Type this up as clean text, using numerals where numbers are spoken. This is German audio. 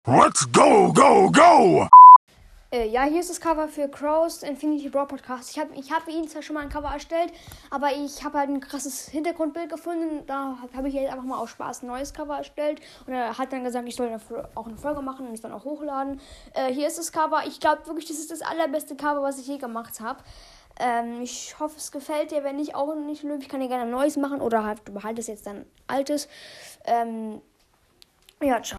Let's go, go, go! Ja, hier ist das Cover für Crow's Infinity Brawl Podcast. Ich hab ihn zwar schon mal ein Cover erstellt, aber ich habe halt ein krasses Hintergrundbild gefunden. Da habe ich jetzt einfach mal aus Spaß ein neues Cover erstellt. Und er hat dann gesagt, ich soll auch eine Folge machen und es dann auch hochladen. Hier ist das Cover. Ich glaube wirklich, das ist das allerbeste Cover, was ich je gemacht habe. Ich hoffe, es gefällt dir. Wenn nicht, auch nicht löblich. Ich kann dir gerne ein neues machen oder halt, du behaltest jetzt dein altes. Ja, ciao.